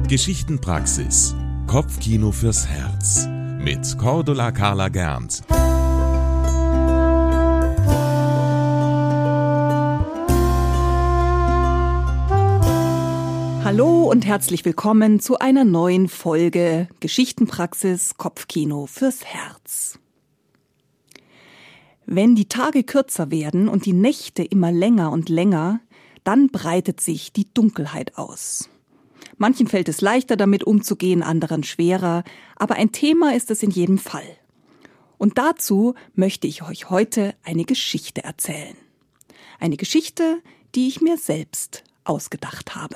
Geschichtenpraxis. Kopfkino fürs Herz. Mit Cordula Carla Gernt. Hallo und herzlich willkommen zu einer neuen Folge Geschichtenpraxis Kopfkino fürs Herz. Wenn die Tage kürzer werden und die Nächte immer länger und länger, dann breitet sich die Dunkelheit aus. Manchen fällt es leichter, damit umzugehen, anderen schwerer, aber ein Thema ist es in jedem Fall. Und dazu möchte ich euch heute eine Geschichte erzählen. Eine Geschichte, die ich mir selbst ausgedacht habe.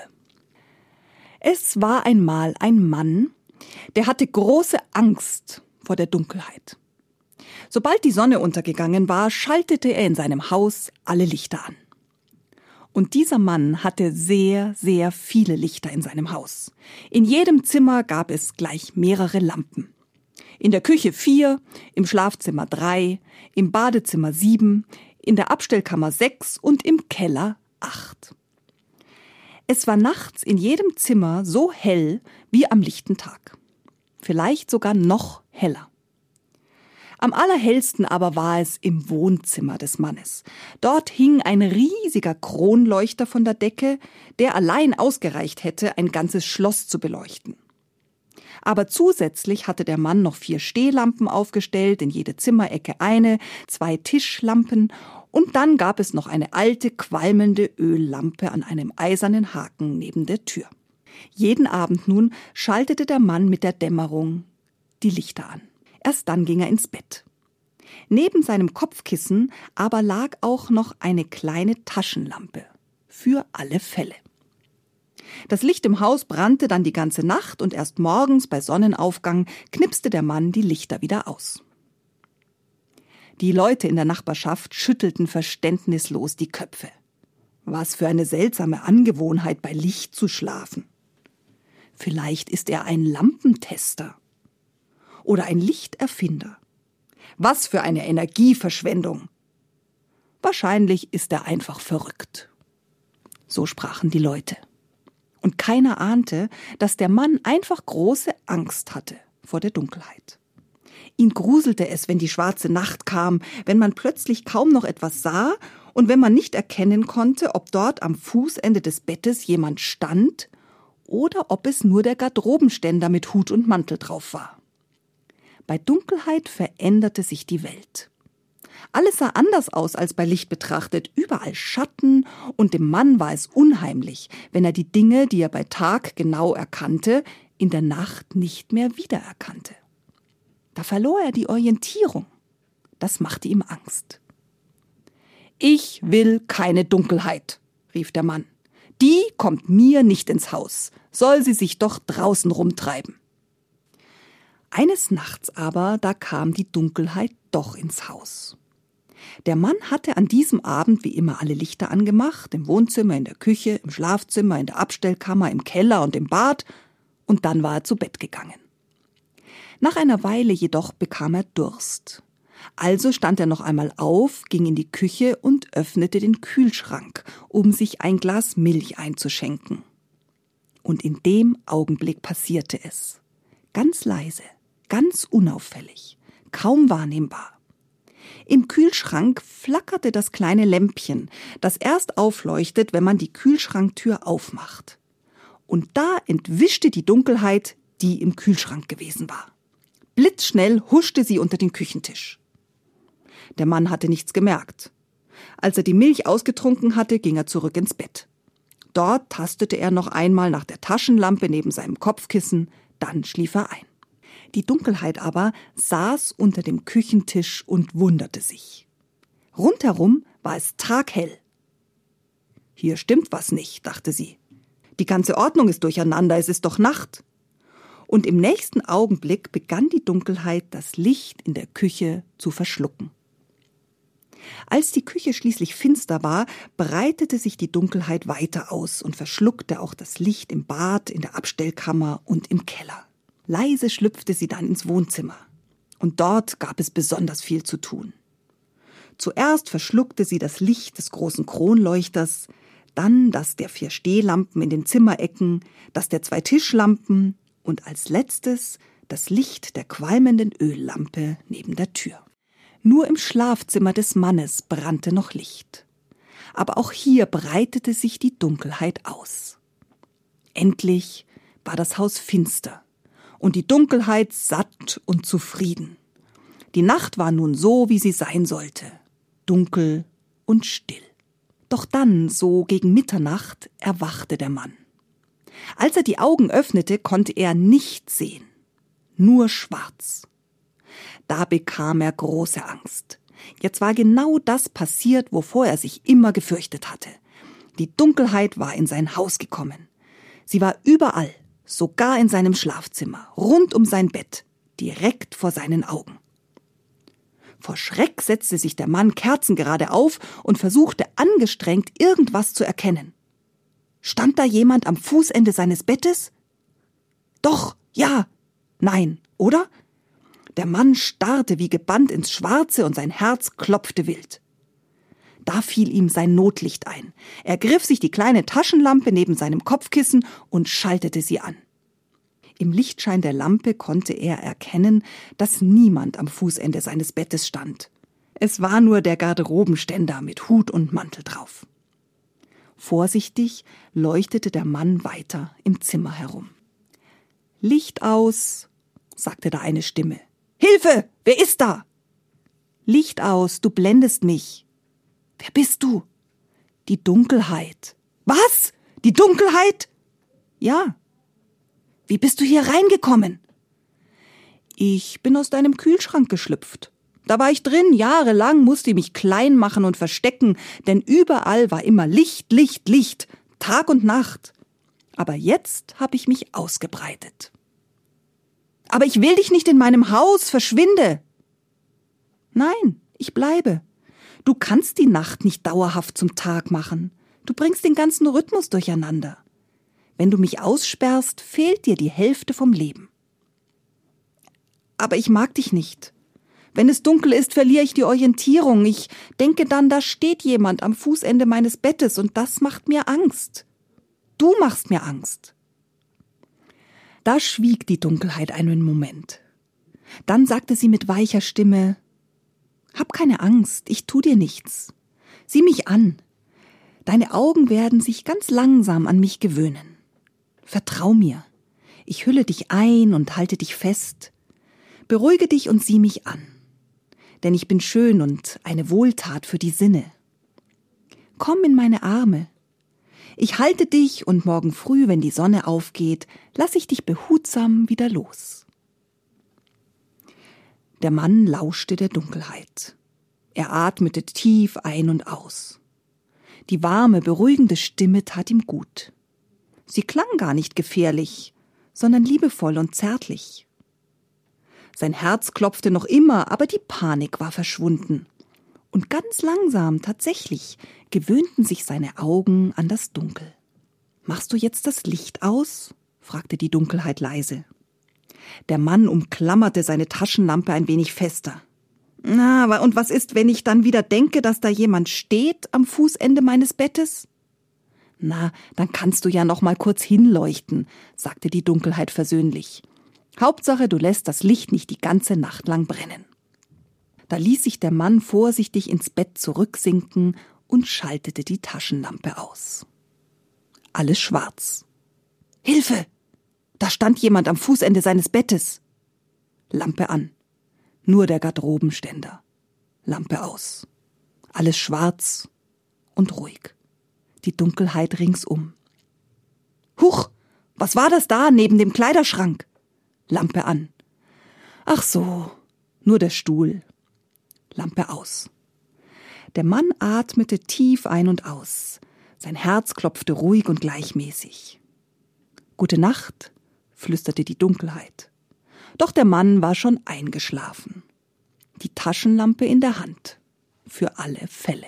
Es war einmal ein Mann, der hatte große Angst vor der Dunkelheit. Sobald die Sonne untergegangen war, schaltete er in seinem Haus alle Lichter an. Und dieser Mann hatte sehr, sehr viele Lichter in seinem Haus. In jedem Zimmer gab es gleich mehrere Lampen. In der Küche 4, im Schlafzimmer 3, im Badezimmer 7, in der Abstellkammer 6 und im Keller 8. Es war nachts in jedem Zimmer so hell wie am lichten Tag. Vielleicht sogar noch heller. Am allerhellsten aber war es im Wohnzimmer des Mannes. Dort hing ein riesiger Kronleuchter von der Decke, der allein ausgereicht hätte, ein ganzes Schloss zu beleuchten. Aber zusätzlich hatte der Mann noch 4 Stehlampen aufgestellt, in jede Zimmerecke eine, 2 Tischlampen und dann gab es noch eine alte, qualmende Öllampe an einem eisernen Haken neben der Tür. Jeden Abend nun schaltete der Mann mit der Dämmerung die Lichter an. Erst dann ging er ins Bett. Neben seinem Kopfkissen aber lag auch noch eine kleine Taschenlampe. Für alle Fälle. Das Licht im Haus brannte dann die ganze Nacht und erst morgens bei Sonnenaufgang knipste der Mann die Lichter wieder aus. Die Leute in der Nachbarschaft schüttelten verständnislos die Köpfe. Was für eine seltsame Angewohnheit, bei Licht zu schlafen. Vielleicht ist er ein Lampentester. Oder ein Lichterfinder. Was für eine Energieverschwendung. Wahrscheinlich ist er einfach verrückt. So sprachen die Leute. Und keiner ahnte, dass der Mann einfach große Angst hatte vor der Dunkelheit. Ihn gruselte es, wenn die schwarze Nacht kam, wenn man plötzlich kaum noch etwas sah und wenn man nicht erkennen konnte, ob dort am Fußende des Bettes jemand stand oder ob es nur der Garderobenständer mit Hut und Mantel drauf war. Bei Dunkelheit veränderte sich die Welt. Alles sah anders aus als bei Licht betrachtet, überall Schatten und dem Mann war es unheimlich, wenn er die Dinge, die er bei Tag genau erkannte, in der Nacht nicht mehr wiedererkannte. Da verlor er die Orientierung. Das machte ihm Angst. »Ich will keine Dunkelheit«, rief der Mann. »Die kommt mir nicht ins Haus, soll sie sich doch draußen rumtreiben.« Eines Nachts aber, da kam die Dunkelheit doch ins Haus. Der Mann hatte an diesem Abend wie immer alle Lichter angemacht, im Wohnzimmer, in der Küche, im Schlafzimmer, in der Abstellkammer, im Keller und im Bad, und dann war er zu Bett gegangen. Nach einer Weile jedoch bekam er Durst. Also stand er noch einmal auf, ging in die Küche und öffnete den Kühlschrank, um sich ein Glas Milch einzuschenken. Und in dem Augenblick passierte es. Ganz leise. Ganz unauffällig, kaum wahrnehmbar. Im Kühlschrank flackerte das kleine Lämpchen, das erst aufleuchtet, wenn man die Kühlschranktür aufmacht. Und da entwischte die Dunkelheit, die im Kühlschrank gewesen war. Blitzschnell huschte sie unter den Küchentisch. Der Mann hatte nichts gemerkt. Als er die Milch ausgetrunken hatte, ging er zurück ins Bett. Dort tastete er noch einmal nach der Taschenlampe neben seinem Kopfkissen, dann schlief er ein. Die Dunkelheit aber saß unter dem Küchentisch und wunderte sich. Rundherum war es taghell. »Hier stimmt was nicht«, dachte sie. »Die ganze Ordnung ist durcheinander, es ist doch Nacht.« Und im nächsten Augenblick begann die Dunkelheit, das Licht in der Küche zu verschlucken. Als die Küche schließlich finster war, breitete sich die Dunkelheit weiter aus und verschluckte auch das Licht im Bad, in der Abstellkammer und im Keller. Leise schlüpfte sie dann ins Wohnzimmer. Und dort gab es besonders viel zu tun. Zuerst verschluckte sie das Licht des großen Kronleuchters, dann das der 4 Stehlampen in den Zimmerecken, das der 2 Tischlampen und als letztes das Licht der qualmenden Öllampe neben der Tür. Nur im Schlafzimmer des Mannes brannte noch Licht. Aber auch hier breitete sich die Dunkelheit aus. Endlich war das Haus finster und die Dunkelheit satt und zufrieden. Die Nacht war nun so, wie sie sein sollte, dunkel und still. Doch dann, so gegen Mitternacht, erwachte der Mann. Als er die Augen öffnete, konnte er nichts sehen, nur schwarz. Da bekam er große Angst. Jetzt war genau das passiert, wovor er sich immer gefürchtet hatte. Die Dunkelheit war in sein Haus gekommen. Sie war überall, sogar in seinem Schlafzimmer, rund um sein Bett, direkt vor seinen Augen. Vor Schreck setzte sich der Mann kerzengerade auf und versuchte angestrengt, irgendwas zu erkennen. Stand da jemand am Fußende seines Bettes? Doch, ja, nein, oder? Der Mann starrte wie gebannt ins Schwarze und sein Herz klopfte wild. Da fiel ihm sein Notlicht ein. Er griff sich die kleine Taschenlampe neben seinem Kopfkissen und schaltete sie an. Im Lichtschein der Lampe konnte er erkennen, dass niemand am Fußende seines Bettes stand. Es war nur der Garderobenständer mit Hut und Mantel drauf. Vorsichtig leuchtete der Mann weiter im Zimmer herum. »Licht aus«, sagte da eine Stimme. »Hilfe! Wer ist da?« »Licht aus, du blendest mich.« »Wer bist du?« »Die Dunkelheit.« »Was? Die Dunkelheit?« »Ja.« »Wie bist du hier reingekommen?« »Ich bin aus deinem Kühlschrank geschlüpft. Da war ich drin, jahrelang musste ich mich klein machen und verstecken, denn überall war immer Licht, Licht, Licht, Tag und Nacht. Aber jetzt habe ich mich ausgebreitet.« »Aber ich will dich nicht in meinem Haus, verschwinde!« »Nein, ich bleibe. Du kannst die Nacht nicht dauerhaft zum Tag machen. Du bringst den ganzen Rhythmus durcheinander. Wenn du mich aussperrst, fehlt dir die Hälfte vom Leben.« »Aber ich mag dich nicht. Wenn es dunkel ist, verliere ich die Orientierung. Ich denke dann, da steht jemand am Fußende meines Bettes und das macht mir Angst. Du machst mir Angst.« Da schwieg die Dunkelheit einen Moment. Dann sagte sie mit weicher Stimme: »Hab keine Angst, ich tu dir nichts. Sieh mich an. Deine Augen werden sich ganz langsam an mich gewöhnen. Vertrau mir. Ich hülle dich ein und halte dich fest. Beruhige dich und sieh mich an. Denn ich bin schön und eine Wohltat für die Sinne. Komm in meine Arme. Ich halte dich und morgen früh, wenn die Sonne aufgeht, lass ich dich behutsam wieder los.« Der Mann lauschte der Dunkelheit. Er atmete tief ein und aus. Die warme, beruhigende Stimme tat ihm gut. Sie klang gar nicht gefährlich, sondern liebevoll und zärtlich. Sein Herz klopfte noch immer, aber die Panik war verschwunden. Und ganz langsam, tatsächlich, gewöhnten sich seine Augen an das Dunkel. »Machst du jetzt das Licht aus?« fragte die Dunkelheit leise. Der Mann umklammerte seine Taschenlampe ein wenig fester. »Na, und was ist, wenn ich dann wieder denke, dass da jemand steht am Fußende meines Bettes?« »Na, dann kannst du ja noch mal kurz hinleuchten«, sagte die Dunkelheit versöhnlich. »Hauptsache, du lässt das Licht nicht die ganze Nacht lang brennen.« Da ließ sich der Mann vorsichtig ins Bett zurücksinken und schaltete die Taschenlampe aus. Alles schwarz. »Hilfe! Da stand jemand am Fußende seines Bettes!« Lampe an. Nur der Garderobenständer. Lampe aus. Alles schwarz und ruhig. Die Dunkelheit ringsum. »Huch, was war das da neben dem Kleiderschrank?« Lampe an. »Ach so, nur der Stuhl.« Lampe aus. Der Mann atmete tief ein und aus. Sein Herz klopfte ruhig und gleichmäßig. »Gute Nacht«, flüsterte die Dunkelheit. Doch der Mann war schon eingeschlafen. Die Taschenlampe in der Hand. Für alle Fälle.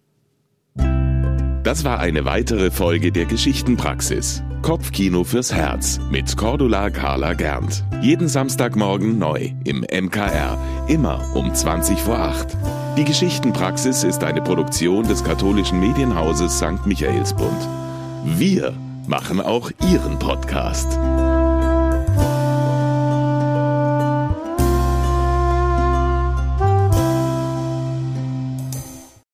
Das war eine weitere Folge der Geschichtenpraxis. Kopfkino fürs Herz mit Cordula Carla Gernt. Jeden Samstagmorgen neu im MKR. Immer um 7:20. Die Geschichtenpraxis ist eine Produktion des katholischen Medienhauses St. Michaelsbund. Wir machen auch Ihren Podcast.